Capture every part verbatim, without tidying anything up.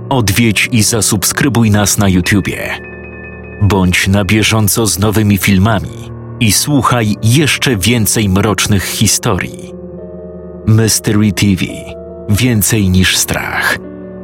Odwiedź i zasubskrybuj nas na YouTubie. Bądź na bieżąco z nowymi filmami i słuchaj jeszcze więcej mrocznych historii. Mystery T V. Więcej niż strach.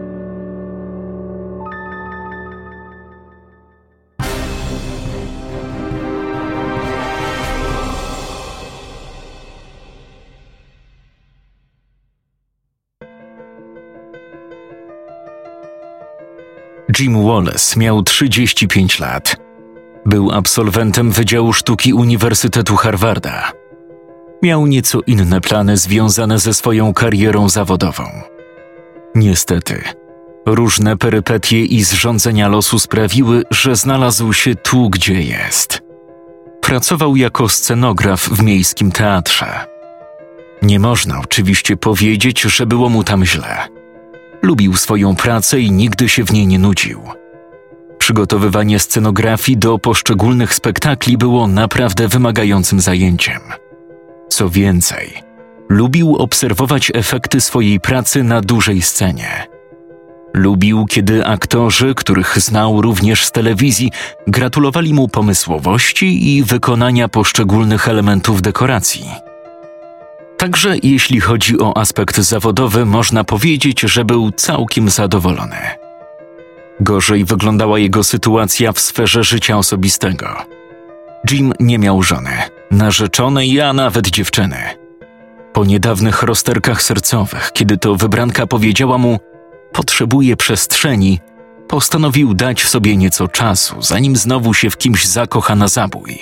Jim Wallace miał trzydzieści pięć lat. Był absolwentem Wydziału Sztuki Uniwersytetu Harvarda. Miał nieco inne plany związane ze swoją karierą zawodową. Niestety, różne perypetie i zrządzenia losu sprawiły, że znalazł się tu, gdzie jest. Pracował jako scenograf w miejskim teatrze. Nie można oczywiście powiedzieć, że było mu tam źle. Lubił swoją pracę i nigdy się w niej nie nudził. Przygotowywanie scenografii do poszczególnych spektakli było naprawdę wymagającym zajęciem. Co więcej, lubił obserwować efekty swojej pracy na dużej scenie. Lubił, kiedy aktorzy, których znał również z telewizji, gratulowali mu pomysłowości i wykonania poszczególnych elementów dekoracji. Także jeśli chodzi o aspekt zawodowy, można powiedzieć, że był całkiem zadowolony. Gorzej wyglądała jego sytuacja w sferze życia osobistego. Jim nie miał żony, narzeczonej, a nawet dziewczyny. Po niedawnych rozterkach sercowych, kiedy to wybranka powiedziała mu: potrzebuje przestrzeni, postanowił dać sobie nieco czasu, zanim znowu się w kimś zakocha na zabój.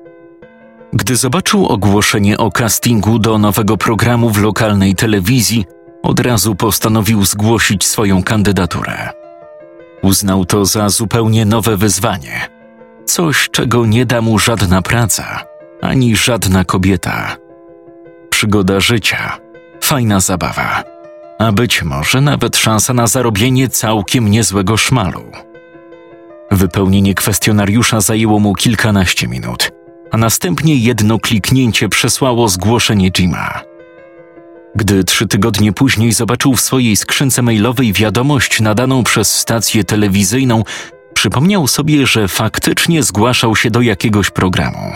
Gdy zobaczył ogłoszenie o castingu do nowego programu w lokalnej telewizji, od razu postanowił zgłosić swoją kandydaturę. Uznał to za zupełnie nowe wyzwanie. Coś, czego nie da mu żadna praca, ani żadna kobieta. Przygoda życia, fajna zabawa, a być może nawet szansa na zarobienie całkiem niezłego szmalu. Wypełnienie kwestionariusza zajęło mu kilkanaście minut, a następnie jedno kliknięcie przesłało zgłoszenie Jima. Gdy trzy tygodnie później zobaczył w swojej skrzynce mailowej wiadomość nadaną przez stację telewizyjną, przypomniał sobie, że faktycznie zgłaszał się do jakiegoś programu.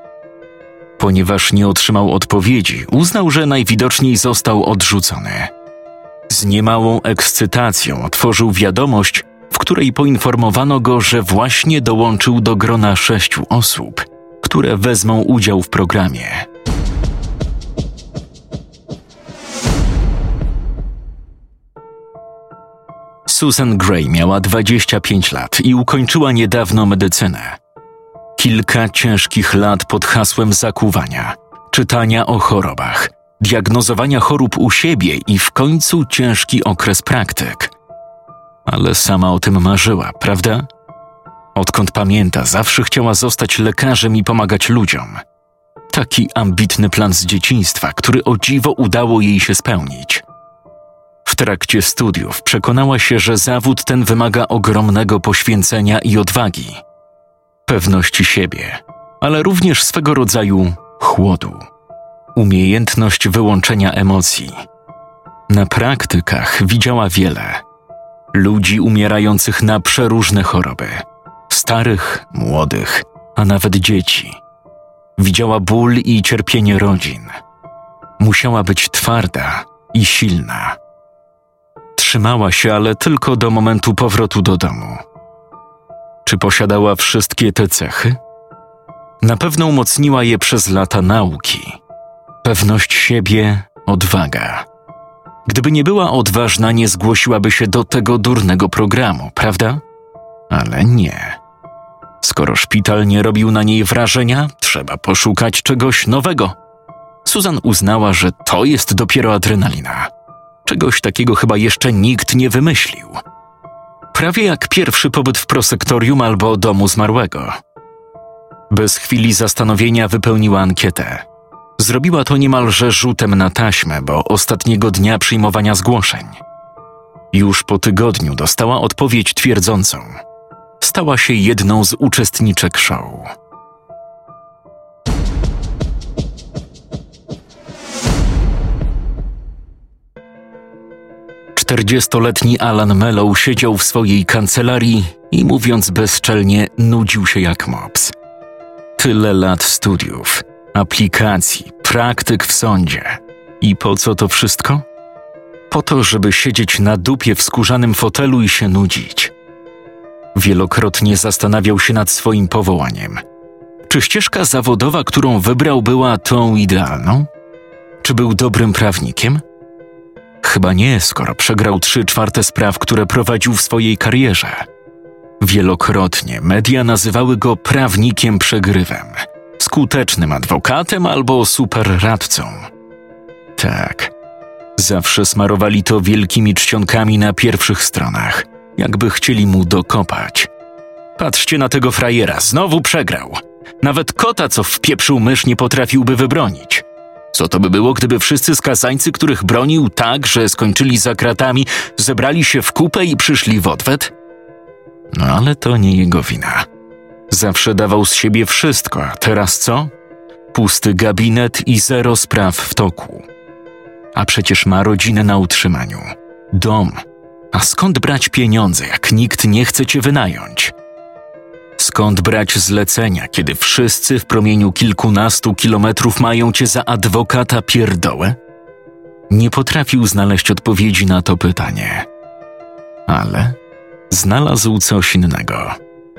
Ponieważ nie otrzymał odpowiedzi, uznał, że najwidoczniej został odrzucony. Z niemałą ekscytacją otworzył wiadomość, w której poinformowano go, że właśnie dołączył do grona sześciu osób, które wezmą udział w programie. Susan Gray miała dwadzieścia pięć lat i ukończyła niedawno medycynę. Kilka ciężkich lat pod hasłem zakuwania, czytania o chorobach, diagnozowania chorób u siebie i w końcu ciężki okres praktyk. Ale sama o tym marzyła, prawda? Odkąd pamięta, zawsze chciała zostać lekarzem i pomagać ludziom. Taki ambitny plan z dzieciństwa, który o dziwo udało jej się spełnić. W trakcie studiów przekonała się, że zawód ten wymaga ogromnego poświęcenia i odwagi, pewności siebie, ale również swego rodzaju chłodu, umiejętność wyłączenia emocji. Na praktykach widziała wiele ludzi umierających na przeróżne choroby, starych, młodych, a nawet dzieci. Widziała ból i cierpienie rodzin. Musiała być twarda i silna. Trzymała się, ale tylko do momentu powrotu do domu. Czy posiadała wszystkie te cechy? Na pewno umocniła je przez lata nauki. Pewność siebie, odwaga. Gdyby nie była odważna, nie zgłosiłaby się do tego durnego programu, prawda? Ale nie. Skoro szpital nie robił na niej wrażenia, trzeba poszukać czegoś nowego. Susan uznała, że to jest dopiero adrenalina. Czegoś takiego chyba jeszcze nikt nie wymyślił. Prawie jak pierwszy pobyt w prosektorium albo domu zmarłego. Bez chwili zastanowienia wypełniła ankietę. Zrobiła to niemalże rzutem na taśmę, bo ostatniego dnia przyjmowania zgłoszeń. Już po tygodniu dostała odpowiedź twierdzącą. Stała się jedną z uczestniczek show. czterdziestoletni Alan Mellow siedział w swojej kancelarii i, mówiąc bezczelnie, nudził się jak mops. Tyle lat studiów, aplikacji, praktyk w sądzie. I po co to wszystko? Po to, żeby siedzieć na dupie w skórzanym fotelu i się nudzić. Wielokrotnie zastanawiał się nad swoim powołaniem. Czy ścieżka zawodowa, którą wybrał, była tą idealną? Czy był dobrym prawnikiem? Chyba nie, skoro przegrał trzy czwarte spraw, które prowadził w swojej karierze. Wielokrotnie media nazywały go prawnikiem przegrywem, skutecznym adwokatem albo superradcą. Tak, zawsze smarowali to wielkimi czcionkami na pierwszych stronach, jakby chcieli mu dokopać. Patrzcie na tego frajera, znowu przegrał. Nawet kota, co wpieprzył mysz, nie potrafiłby wybronić. Co to by było, gdyby wszyscy skazańcy, których bronił tak, że skończyli za kratami, zebrali się w kupę i przyszli w odwet? No ale to nie jego wina. Zawsze dawał z siebie wszystko, a teraz co? Pusty gabinet i zero spraw w toku. A przecież ma rodzinę na utrzymaniu, dom. A skąd brać pieniądze, jak nikt nie chce cię wynająć? Skąd brać zlecenia, kiedy wszyscy w promieniu kilkunastu kilometrów mają cię za adwokata pierdołę? Nie potrafił znaleźć odpowiedzi na to pytanie. Ale znalazł coś innego.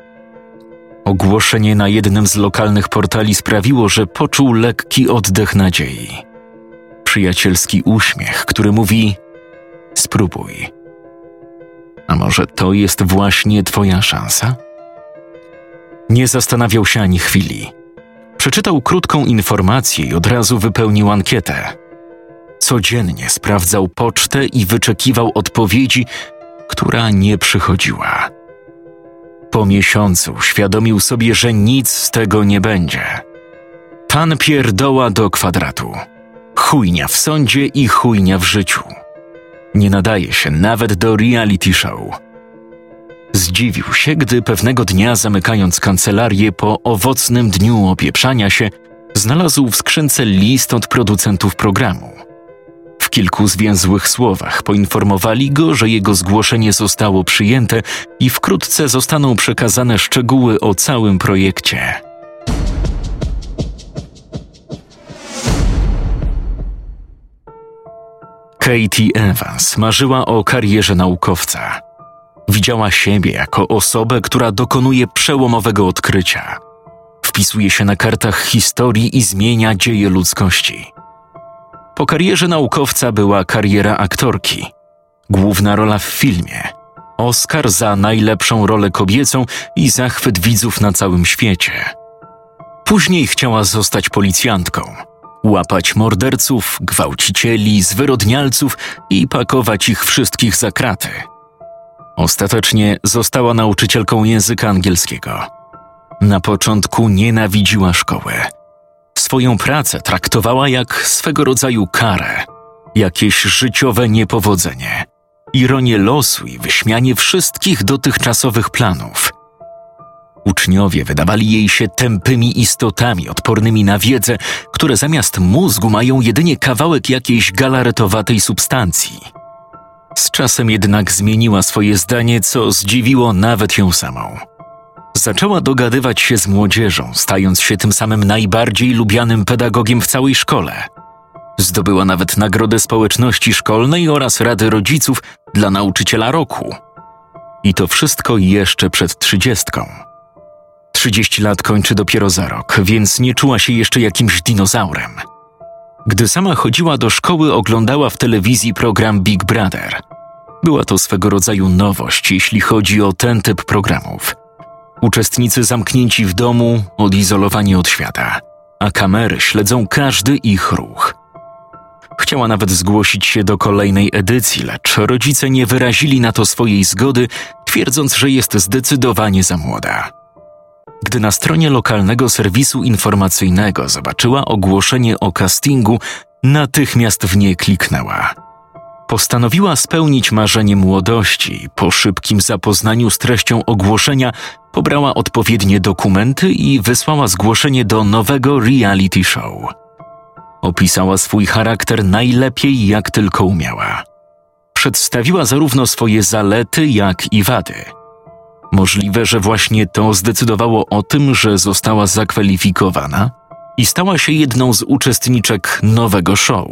Ogłoszenie na jednym z lokalnych portali sprawiło, że poczuł lekki oddech nadziei. Przyjacielski uśmiech, który mówi: spróbuj. A może to jest właśnie twoja szansa? Nie zastanawiał się ani chwili. Przeczytał krótką informację i od razu wypełnił ankietę. Codziennie sprawdzał pocztę i wyczekiwał odpowiedzi, która nie przychodziła. Po miesiącu uświadomił sobie, że nic z tego nie będzie. Pan pierdoła do kwadratu. Chujnia w sądzie i chujnia w życiu. Nie nadaje się nawet do reality show. Zdziwił się, gdy pewnego dnia, zamykając kancelarię po owocnym dniu opieprzania się, znalazł w skrzynce list od producentów programu. W kilku zwięzłych słowach poinformowali go, że jego zgłoszenie zostało przyjęte i wkrótce zostaną przekazane szczegóły o całym projekcie. Katie Evans marzyła o karierze naukowca. Widziała siebie jako osobę, która dokonuje przełomowego odkrycia. Wpisuje się na kartach historii i zmienia dzieje ludzkości. Po karierze naukowca była kariera aktorki. Główna rola w filmie. Oscar za najlepszą rolę kobiecą i zachwyt widzów na całym świecie. Później chciała zostać policjantką. Łapać morderców, gwałcicieli, zwyrodnialców i pakować ich wszystkich za kraty. Ostatecznie została nauczycielką języka angielskiego. Na początku nienawidziła szkoły. Swoją pracę traktowała jak swego rodzaju karę, jakieś życiowe niepowodzenie, ironię losu i wyśmianie wszystkich dotychczasowych planów. Uczniowie wydawali jej się tępymi istotami odpornymi na wiedzę, które zamiast mózgu mają jedynie kawałek jakiejś galaretowatej substancji. Z czasem jednak zmieniła swoje zdanie, co zdziwiło nawet ją samą. Zaczęła dogadywać się z młodzieżą, stając się tym samym najbardziej lubianym pedagogiem w całej szkole. Zdobyła nawet Nagrodę Społeczności Szkolnej oraz Rady Rodziców dla Nauczyciela Roku. I to wszystko jeszcze przed trzydziestką. Trzydzieści lat kończy dopiero za rok, więc nie czuła się jeszcze jakimś dinozaurem. Gdy sama chodziła do szkoły, oglądała w telewizji program Big Brother. Była to swego rodzaju nowość, jeśli chodzi o ten typ programów. Uczestnicy zamknięci w domu, odizolowani od świata, a kamery śledzą każdy ich ruch. Chciała nawet zgłosić się do kolejnej edycji, lecz rodzice nie wyrazili na to swojej zgody, twierdząc, że jest zdecydowanie za młoda. Gdy na stronie lokalnego serwisu informacyjnego zobaczyła ogłoszenie o castingu, natychmiast w nie kliknęła. Postanowiła spełnić marzenie młodości i po szybkim zapoznaniu z treścią ogłoszenia pobrała odpowiednie dokumenty i wysłała zgłoszenie do nowego reality show. Opisała swój charakter najlepiej, jak tylko umiała. przedstawiła zarówno swoje zalety, jak i wady. Możliwe, że właśnie to zdecydowało o tym, że została zakwalifikowana i stała się jedną z uczestniczek nowego show.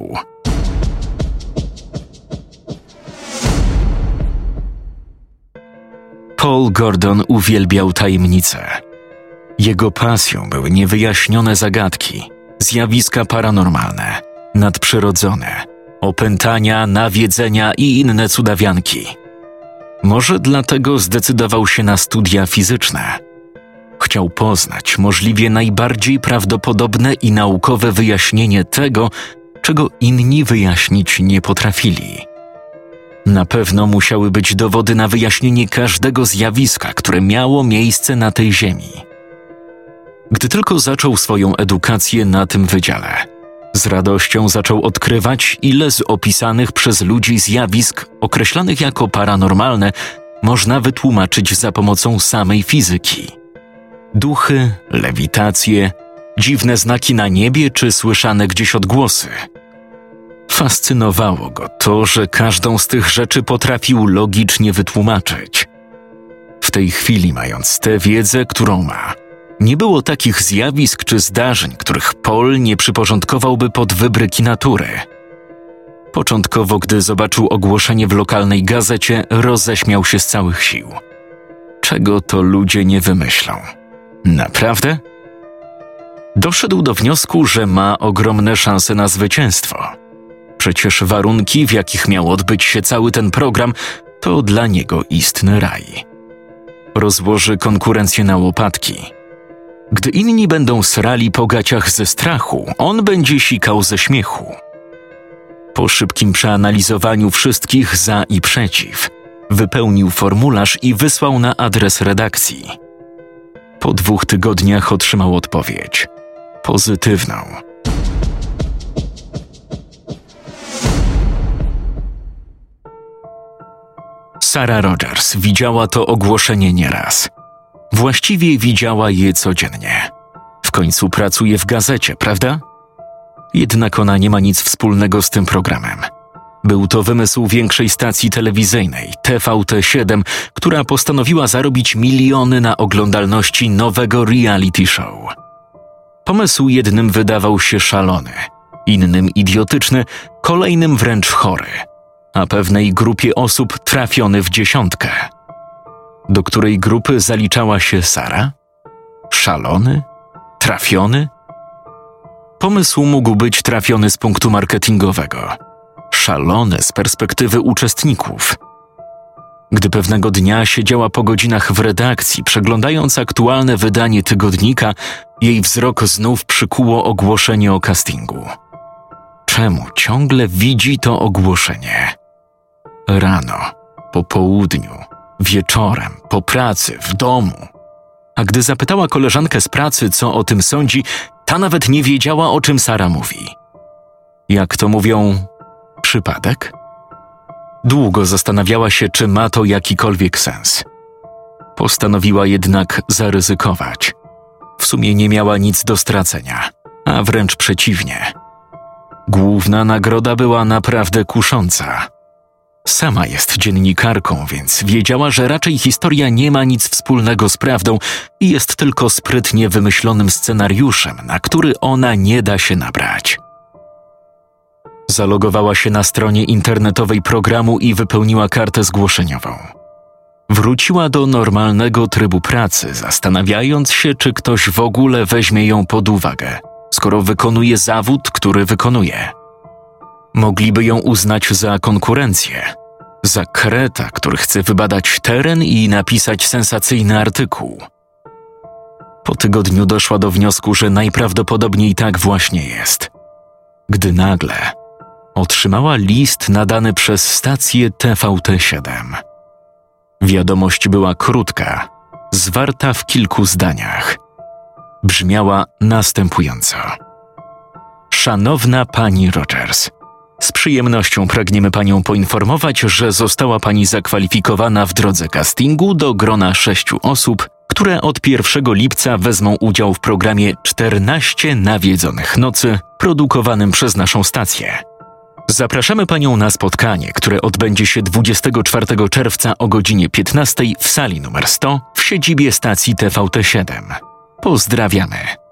Paul Gordon uwielbiał tajemnice. Jego pasją były niewyjaśnione zagadki, zjawiska paranormalne, nadprzyrodzone, opętania, nawiedzenia i inne cudawianki. Może dlatego zdecydował się na studia fizyczne. Chciał poznać możliwie najbardziej prawdopodobne i naukowe wyjaśnienie tego, czego inni wyjaśnić nie potrafili. Na pewno musiały być dowody na wyjaśnienie każdego zjawiska, które miało miejsce na tej ziemi. Gdy tylko zaczął swoją edukację na tym wydziale, z radością zaczął odkrywać, ile z opisanych przez ludzi zjawisk określanych jako paranormalne można wytłumaczyć za pomocą samej fizyki. Duchy, lewitacje, dziwne znaki na niebie czy słyszane gdzieś odgłosy. Fascynowało go to, że każdą z tych rzeczy potrafił logicznie wytłumaczyć. W tej chwili, mając tę wiedzę, którą ma, nie było takich zjawisk czy zdarzeń, których Paul nie przyporządkowałby pod wybryki natury. Początkowo, gdy zobaczył ogłoszenie w lokalnej gazecie, roześmiał się z całych sił. Czego to ludzie nie wymyślą? Naprawdę? Doszedł do wniosku, że ma ogromne szanse na zwycięstwo. Przecież warunki, w jakich miał odbyć się cały ten program, to dla niego istny raj. Rozłoży konkurencję na łopatki. Gdy inni będą srali po gaciach ze strachu, on będzie sikał ze śmiechu. Po szybkim przeanalizowaniu wszystkich za i przeciw, wypełnił formularz i wysłał na adres redakcji. Po dwóch tygodniach otrzymał odpowiedź. Pozytywną. Sarah Rogers widziała to ogłoszenie nieraz. Właściwie widziała je codziennie. W końcu pracuje w gazecie, prawda? Jednak ona nie ma nic wspólnego z tym programem. Był to wymysł większej stacji telewizyjnej, T V T siedem, która postanowiła zarobić miliony na oglądalności nowego reality show. Pomysł jednym wydawał się szalony, innym idiotyczny, kolejnym wręcz chory, a pewnej grupie osób trafiony w dziesiątkę. Do której grupy zaliczała się Sara? Szalony? Trafiony? Pomysł mógł być trafiony z punktu marketingowego, szalony z perspektywy uczestników. Gdy pewnego dnia siedziała po godzinach w redakcji, przeglądając aktualne wydanie tygodnika, jej wzrok znów przykuło ogłoszenie o castingu. Czemu ciągle widzi to ogłoszenie? Rano, po południu, wieczorem, po pracy, w domu. A gdy zapytała koleżankę z pracy, co o tym sądzi, ta nawet nie wiedziała, o czym Sara mówi. Jak to mówią, przypadek? Długo zastanawiała się, czy ma to jakikolwiek sens. Postanowiła jednak zaryzykować. W sumie nie miała nic do stracenia, a wręcz przeciwnie. Główna nagroda była naprawdę kusząca. Sama jest dziennikarką, więc wiedziała, że raczej historia nie ma nic wspólnego z prawdą i jest tylko sprytnie wymyślonym scenariuszem, na który ona nie da się nabrać. Zalogowała się na stronie internetowej programu i wypełniła kartę zgłoszeniową. Wróciła do normalnego trybu pracy, zastanawiając się, czy ktoś w ogóle weźmie ją pod uwagę, skoro wykonuje zawód, który wykonuje. Mogliby ją uznać za konkurencję, za kreta, który chce wybadać teren i napisać sensacyjny artykuł. Po tygodniu doszła do wniosku, że najprawdopodobniej tak właśnie jest. Gdy nagle otrzymała list nadany przez stację T V T siedem. Wiadomość była krótka, zwarta w kilku zdaniach. Brzmiała następująco. Szanowna pani Rogers, z przyjemnością pragniemy panią poinformować, że została pani zakwalifikowana w drodze castingu do grona sześciu osób, które od pierwszego lipca wezmą udział w programie czternaście nawiedzonych nocy produkowanym przez naszą stację. Zapraszamy Panią na spotkanie, które odbędzie się dwudziestego czwartego czerwca o godzinie piętnastej w sali numer sto w siedzibie stacji T V T siedem. Pozdrawiamy.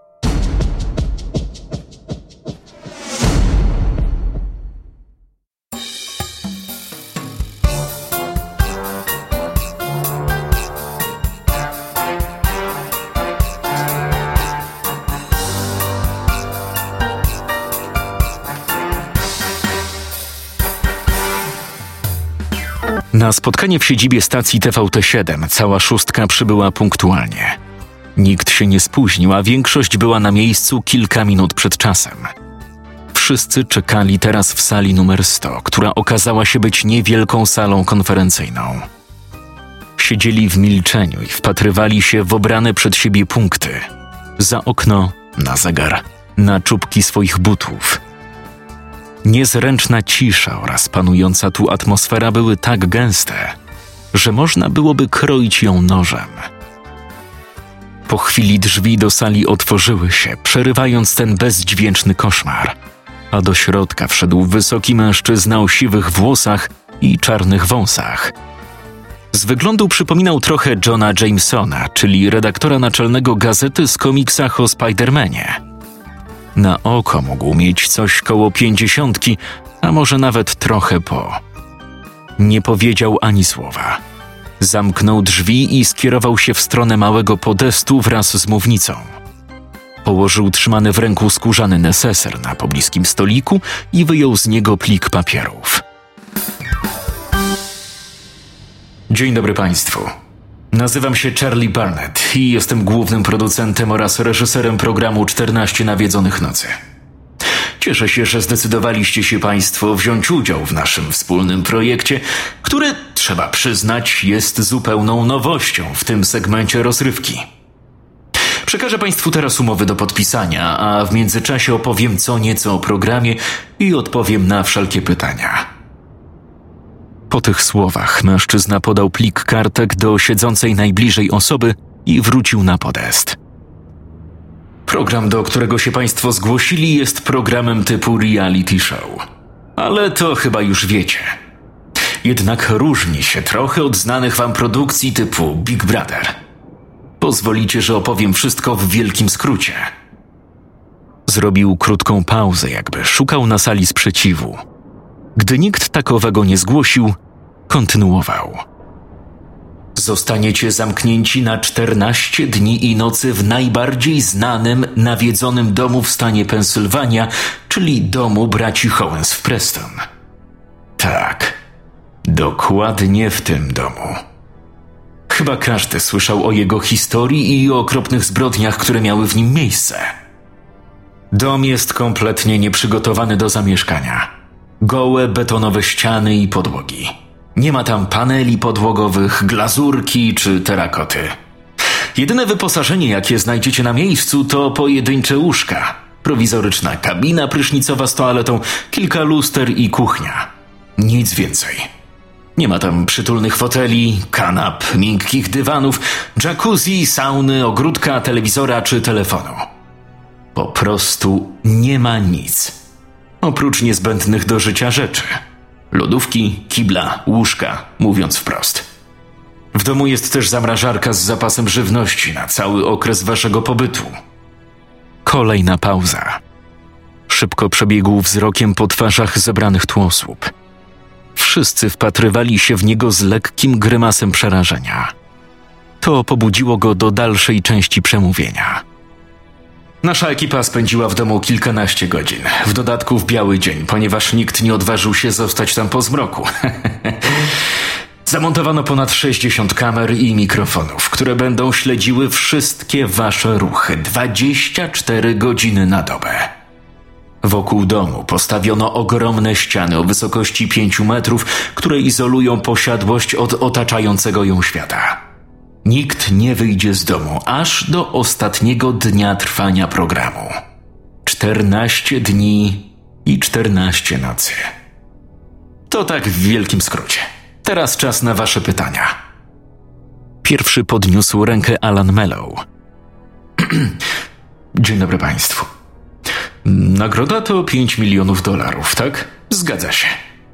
Na spotkanie w siedzibie stacji T V T siedem cała szóstka przybyła punktualnie. Nikt się nie spóźnił, a większość była na miejscu kilka minut przed czasem. Wszyscy czekali teraz w sali numer sto, która okazała się być niewielką salą konferencyjną. Siedzieli w milczeniu i wpatrywali się w obrane przed siebie punkty. Za okno, na zegar, na czubki swoich butów. Niezręczna cisza oraz panująca tu atmosfera były tak gęste, że można byłoby kroić ją nożem. Po chwili drzwi do sali otworzyły się, przerywając ten bezdźwięczny koszmar, a do środka wszedł wysoki mężczyzna o siwych włosach i czarnych wąsach. Z wyglądu przypominał trochę Johna Jamesona, czyli redaktora naczelnego gazety z komiksach o Spider-Manie. Na oko mógł mieć coś koło pięćdziesiątki, a może nawet trochę po. Nie powiedział ani słowa. Zamknął drzwi i skierował się w stronę małego podestu wraz z mównicą. Położył trzymany w ręku skórzany neseser na pobliskim stoliku i wyjął z niego plik papierów. Dzień dobry Państwu. Nazywam się Charlie Barnett i jestem głównym producentem oraz reżyserem programu czternaście Nawiedzonych Nocy. Cieszę się, że zdecydowaliście się Państwo wziąć udział w naszym wspólnym projekcie, który, trzeba przyznać, jest zupełną nowością w tym segmencie rozrywki. Przekażę Państwu teraz umowy do podpisania, a w międzyczasie opowiem co nieco o programie i odpowiem na wszelkie pytania. Po tych słowach mężczyzna podał plik kartek do siedzącej najbliżej osoby i wrócił na podest. Program, do którego się Państwo zgłosili, jest programem typu reality show. Ale to chyba już wiecie. Jednak różni się trochę od znanych Wam produkcji typu Big Brother. Pozwolicie, że opowiem wszystko w wielkim skrócie. Zrobił krótką pauzę, jakby szukał na sali sprzeciwu. Gdy nikt takowego nie zgłosił, kontynuował. Zostaniecie zamknięci na czternaście dni i nocy w najbardziej znanym, nawiedzonym domu w stanie Pensylwania, czyli domu braci Howens w Preston. Tak, dokładnie w tym domu. Chyba każdy słyszał o jego historii i o okropnych zbrodniach, które miały w nim miejsce. Dom jest kompletnie nieprzygotowany do zamieszkania. Gołe betonowe ściany i podłogi. Nie ma tam paneli podłogowych, glazurki czy terakoty. Jedyne wyposażenie, jakie znajdziecie na miejscu, to pojedyncze łóżka, prowizoryczna kabina prysznicowa z toaletą, kilka luster i kuchnia. Nic więcej. Nie ma tam przytulnych foteli, kanap, miękkich dywanów, jacuzzi, sauny, ogródka, telewizora czy telefonu. Po prostu nie ma nic. Oprócz niezbędnych do życia rzeczy. Lodówki, kibla, łóżka, mówiąc wprost. W domu jest też zamrażarka z zapasem żywności na cały okres waszego pobytu. Kolejna pauza. Szybko przebiegł wzrokiem po twarzach zebranych tu osób. Wszyscy wpatrywali się w niego z lekkim grymasem przerażenia. To pobudziło go do dalszej części przemówienia. Nasza ekipa spędziła w domu kilkanaście godzin, w dodatku w biały dzień, ponieważ nikt nie odważył się zostać tam po zmroku. Zamontowano ponad sześćdziesiąt kamer i mikrofonów, które będą śledziły wszystkie wasze ruchy dwadzieścia cztery godziny na dobę. Wokół domu postawiono ogromne ściany o wysokości pięciu metrów, które izolują posiadłość od otaczającego ją świata. Nikt nie wyjdzie z domu aż do ostatniego dnia trwania programu. czternaście dni i czternaście nocy. To tak w wielkim skrócie. Teraz czas na wasze pytania. Pierwszy podniósł rękę Alan Mellow. Dzień dobry Państwu. Nagroda to pięć milionów dolarów, tak? Zgadza się.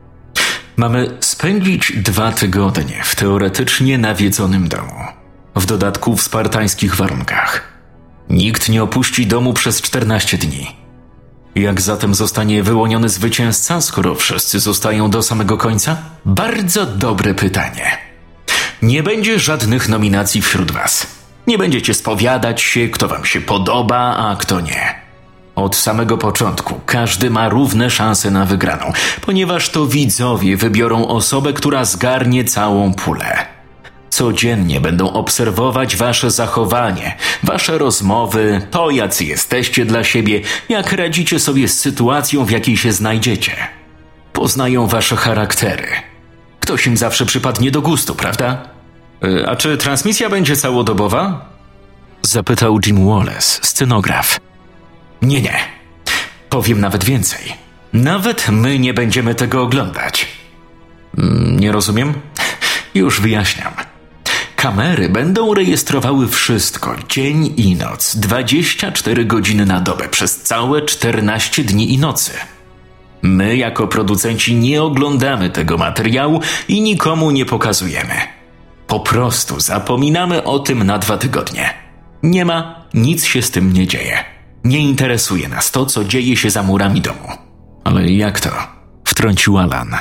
Mamy spędzić dwa tygodnie w teoretycznie nawiedzonym domu. W dodatku w spartańskich warunkach. Nikt nie opuści domu przez czternaście dni. Jak zatem zostanie wyłoniony zwycięzca, skoro wszyscy zostają do samego końca? Bardzo dobre pytanie. Nie będzie żadnych nominacji wśród was. Nie będziecie spowiadać się, kto wam się podoba, a kto nie. Od samego początku każdy ma równe szanse na wygraną, ponieważ to widzowie wybiorą osobę, która zgarnie całą pulę. Codziennie będą obserwować wasze zachowanie, wasze rozmowy, to jacy jesteście dla siebie, jak radzicie sobie z sytuacją, w jakiej się znajdziecie. Poznają wasze charaktery. Ktoś im zawsze przypadnie do gustu, prawda? Yy, a czy transmisja będzie całodobowa? Zapytał Jim Wallace, scenograf. Nie, nie. Powiem nawet więcej. Nawet my nie będziemy tego oglądać. Mm, nie rozumiem? Już wyjaśniam. Kamery będą rejestrowały wszystko, dzień i noc, dwadzieścia cztery godziny na dobę, przez całe czternaście dni i nocy. My, jako producenci, nie oglądamy tego materiału i nikomu nie pokazujemy. Po prostu zapominamy o tym na dwa tygodnie. Nie ma, nic się z tym nie dzieje. Nie interesuje nas to, co dzieje się za murami domu. Ale jak to? Wtrącił Alan.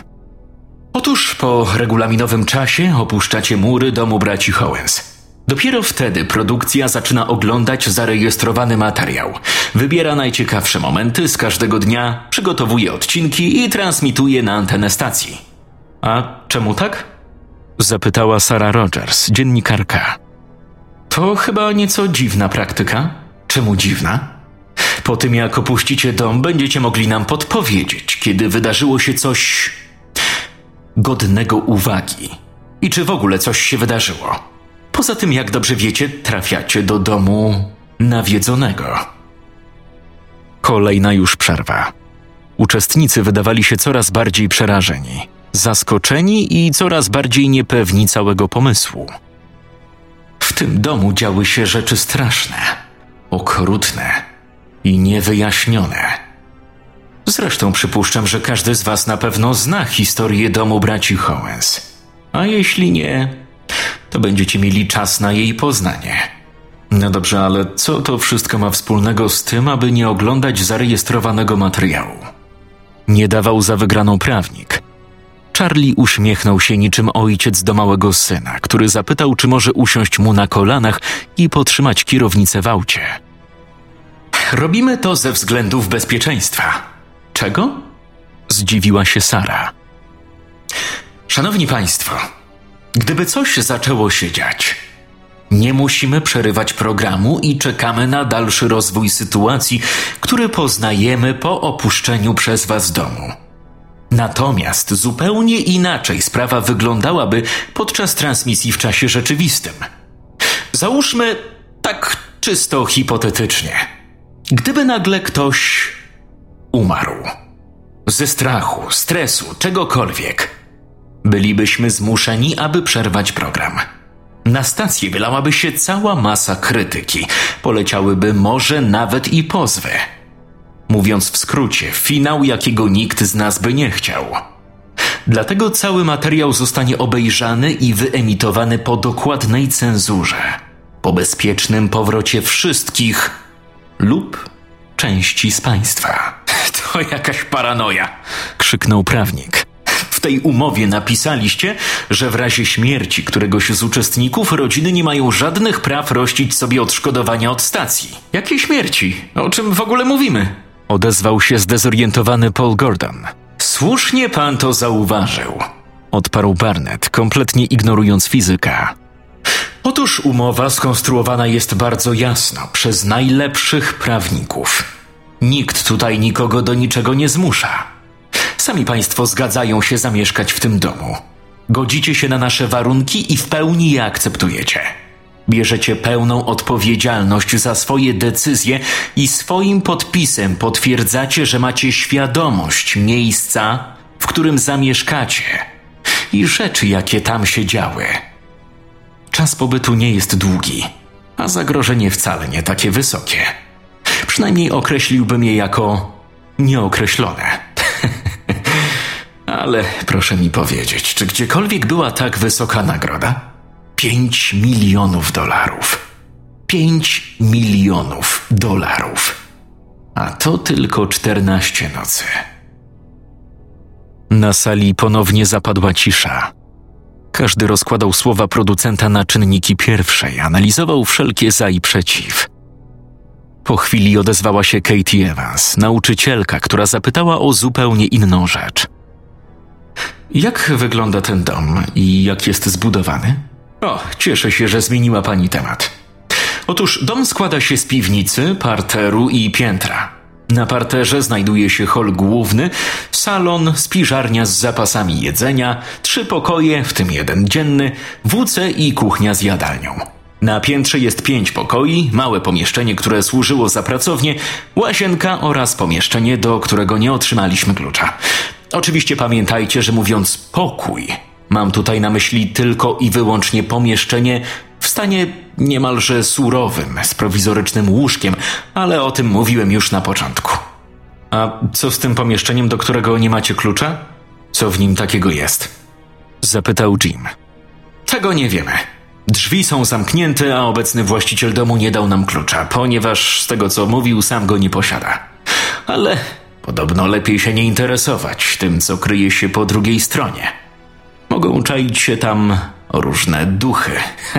Otóż po regulaminowym czasie opuszczacie mury domu braci Howens. Dopiero wtedy produkcja zaczyna oglądać zarejestrowany materiał. Wybiera najciekawsze momenty z każdego dnia, przygotowuje odcinki i transmituje na antenę stacji. A czemu tak? Zapytała Sarah Rogers, dziennikarka. To chyba nieco dziwna praktyka. Czemu dziwna? Po tym jak opuścicie dom, będziecie mogli nam podpowiedzieć, kiedy wydarzyło się coś godnego uwagi. I czy w ogóle coś się wydarzyło. Poza tym, jak dobrze wiecie, trafiacie do domu nawiedzonego. Kolejna już przerwa. Uczestnicy wydawali się coraz bardziej przerażeni, zaskoczeni i coraz bardziej niepewni całego pomysłu. W tym domu działy się rzeczy straszne, okrutne i niewyjaśnione. Zresztą przypuszczam, że każdy z was na pewno zna historię domu braci Howens. A jeśli nie, to będziecie mieli czas na jej poznanie. No dobrze, ale co to wszystko ma wspólnego z tym, aby nie oglądać zarejestrowanego materiału? Nie dawał za wygraną prawnik. Charlie uśmiechnął się niczym ojciec do małego syna, który zapytał, czy może usiąść mu na kolanach i potrzymać kierownicę w aucie. Robimy to ze względów bezpieczeństwa. Czego? Zdziwiła się Sara. Szanowni Państwo, gdyby coś zaczęło się dziać, nie musimy przerywać programu i czekamy na dalszy rozwój sytuacji, który poznajemy po opuszczeniu przez Was domu. Natomiast zupełnie inaczej sprawa wyglądałaby podczas transmisji w czasie rzeczywistym. Załóżmy tak czysto hipotetycznie. Gdyby nagle ktoś umarł. Ze strachu, stresu, czegokolwiek. Bylibyśmy zmuszeni, aby przerwać program. Na stację wylałaby się cała masa krytyki. Poleciałyby może nawet i pozwy. Mówiąc w skrócie, finał, jakiego nikt z nas by nie chciał. Dlatego cały materiał zostanie obejrzany i wyemitowany po dokładnej cenzurze. Po bezpiecznym powrocie wszystkich lub części z państwa. To jakaś paranoja, krzyknął prawnik. W tej umowie napisaliście, że w razie śmierci któregoś z uczestników rodziny nie mają żadnych praw rościć sobie odszkodowania od stacji. Jakiej śmierci? O czym w ogóle mówimy? Odezwał się zdezorientowany Paul Gordon. Słusznie pan to zauważył, odparł Barnett, kompletnie ignorując fizyka. Otóż umowa skonstruowana jest bardzo jasno przez najlepszych prawników. Nikt tutaj nikogo do niczego nie zmusza. Sami państwo zgadzają się zamieszkać w tym domu. Godzicie się na nasze warunki i w pełni je akceptujecie. Bierzecie pełną odpowiedzialność za swoje decyzje i swoim podpisem potwierdzacie, że macie świadomość miejsca, w którym zamieszkacie i rzeczy, jakie tam się działy. Czas pobytu nie jest długi, a zagrożenie wcale nie takie wysokie. Przynajmniej określiłbym je jako nieokreślone. Ale proszę mi powiedzieć, czy gdziekolwiek była tak wysoka nagroda? Pięć milionów dolarów. Pięć milionów dolarów. A to tylko czternaście nocy. Na sali ponownie zapadła cisza. Każdy rozkładał słowa producenta na czynniki pierwsze i analizował wszelkie za i przeciw. Po chwili odezwała się Katie Evans, nauczycielka, która zapytała o zupełnie inną rzecz. Jak wygląda ten dom i jak jest zbudowany? O, cieszę się, że zmieniła pani temat. Otóż dom składa się z piwnicy, parteru i piętra. Na parterze znajduje się hol główny, salon, spiżarnia z zapasami jedzenia, trzy pokoje, w tym jeden dzienny, W C i kuchnia z jadalnią. Na piętrze jest pięć pokoi, małe pomieszczenie, które służyło za pracownię, łazienka oraz pomieszczenie, do którego nie otrzymaliśmy klucza. Oczywiście pamiętajcie, że mówiąc pokój, mam tutaj na myśli tylko i wyłącznie pomieszczenie w stanie niemalże surowym, z prowizorycznym łóżkiem, ale o tym mówiłem już na początku. A co z tym pomieszczeniem, do którego nie macie klucza? Co w nim takiego jest? Zapytał Jim. Tego nie wiemy. Drzwi są zamknięte, a obecny właściciel domu nie dał nam klucza, ponieważ z tego co mówił, sam go nie posiada. Ale podobno lepiej się nie interesować tym, co kryje się po drugiej stronie. Mogą czaić się tam różne duchy.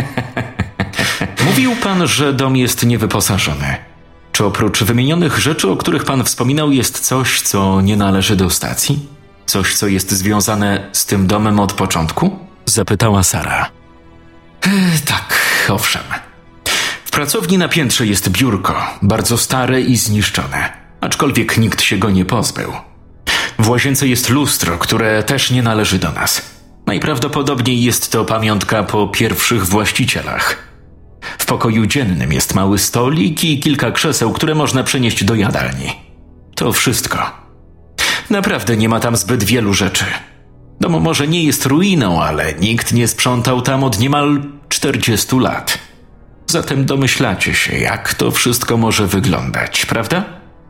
Mówił pan, że dom jest niewyposażony. Czy oprócz wymienionych rzeczy, o których pan wspominał, jest coś, co nie należy do stacji? Coś, co jest związane z tym domem od początku? Zapytała Sara. E, tak, owszem. W pracowni na piętrze jest biurko, bardzo stare i zniszczone, aczkolwiek nikt się go nie pozbył. W łazience jest lustro, które też nie należy do nas. Najprawdopodobniej jest to pamiątka po pierwszych właścicielach. W pokoju dziennym jest mały stolik i kilka krzeseł, które można przenieść do jadalni. To wszystko. Naprawdę nie ma tam zbyt wielu rzeczy. Dom może nie jest ruiną, ale nikt nie sprzątał tam od niemal czterdziestu lat. Zatem domyślacie się, jak to wszystko może wyglądać, prawda?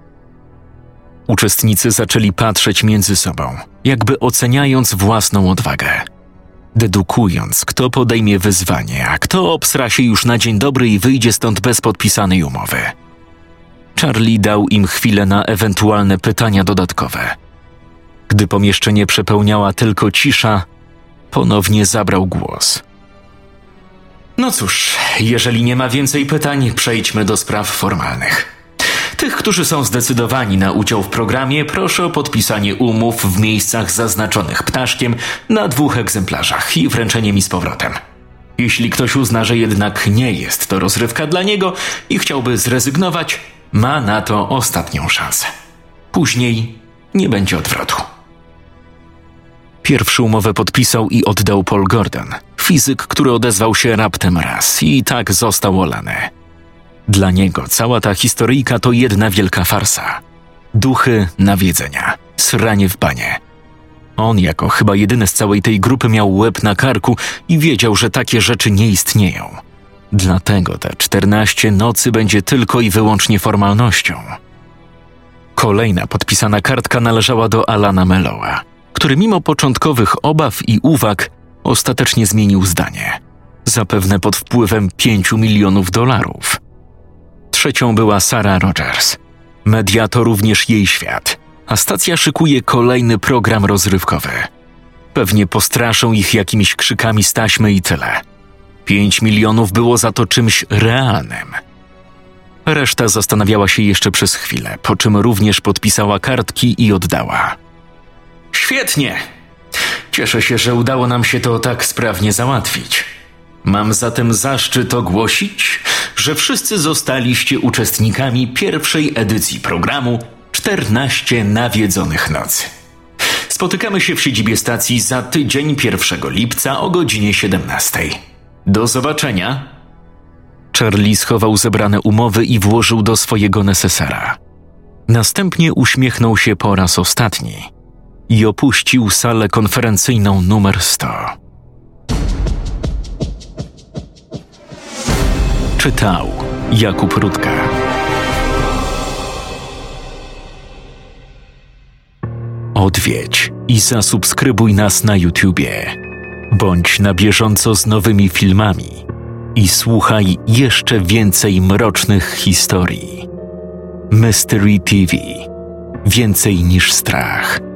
Uczestnicy zaczęli patrzeć między sobą, jakby oceniając własną odwagę. Dedukując, kto podejmie wyzwanie, a kto obsra się już na dzień dobry i wyjdzie stąd bez podpisanej umowy. Charlie dał im chwilę na ewentualne pytania dodatkowe. Gdy pomieszczenie przepełniała tylko cisza, ponownie zabrał głos. No cóż, jeżeli nie ma więcej pytań, przejdźmy do spraw formalnych. Tych, którzy są zdecydowani na udział w programie, proszę o podpisanie umów w miejscach zaznaczonych ptaszkiem na dwóch egzemplarzach i wręczenie mi z powrotem. Jeśli ktoś uzna, że jednak nie jest to rozrywka dla niego i chciałby zrezygnować, ma na to ostatnią szansę. Później nie będzie odwrotu. Pierwszy umowę podpisał i oddał Paul Gordon, fizyk, który odezwał się raptem raz i tak został olany. Dla niego cała ta historyjka to jedna wielka farsa. Duchy, nawiedzenia, sranie w banie. On jako chyba jedyny z całej tej grupy miał łeb na karku i wiedział, że takie rzeczy nie istnieją. Dlatego te czternaście nocy będzie tylko i wyłącznie formalnością. Kolejna podpisana kartka należała do Alana Mellowa, który mimo początkowych obaw i uwag ostatecznie zmienił zdanie. Zapewne pod wpływem pięciu milionów dolarów. Trzecią była Sarah Rogers. Media to również jej świat, a stacja szykuje kolejny program rozrywkowy. Pewnie postraszą ich jakimiś krzykami z taśmy i tyle. Pięć milionów było za to czymś realnym. Reszta zastanawiała się jeszcze przez chwilę, po czym również podpisała kartki i oddała. Świetnie! Cieszę się, że udało nam się to tak sprawnie załatwić. Mam zatem zaszczyt ogłosić, że wszyscy zostaliście uczestnikami pierwszej edycji programu czternaście nawiedzonych nocy. Spotykamy się w siedzibie stacji za tydzień pierwszego lipca o godzinie siedemnastej. Do zobaczenia! Charlie schował zebrane umowy i włożył do swojego nesesera. Następnie uśmiechnął się po raz ostatni i opuścił salę konferencyjną numer sto. Czytał Jakub Rutka. Odwiedź i zasubskrybuj nas na YouTubie. Bądź na bieżąco z nowymi filmami i słuchaj jeszcze więcej mrocznych historii. Mystery T V. Więcej niż strach.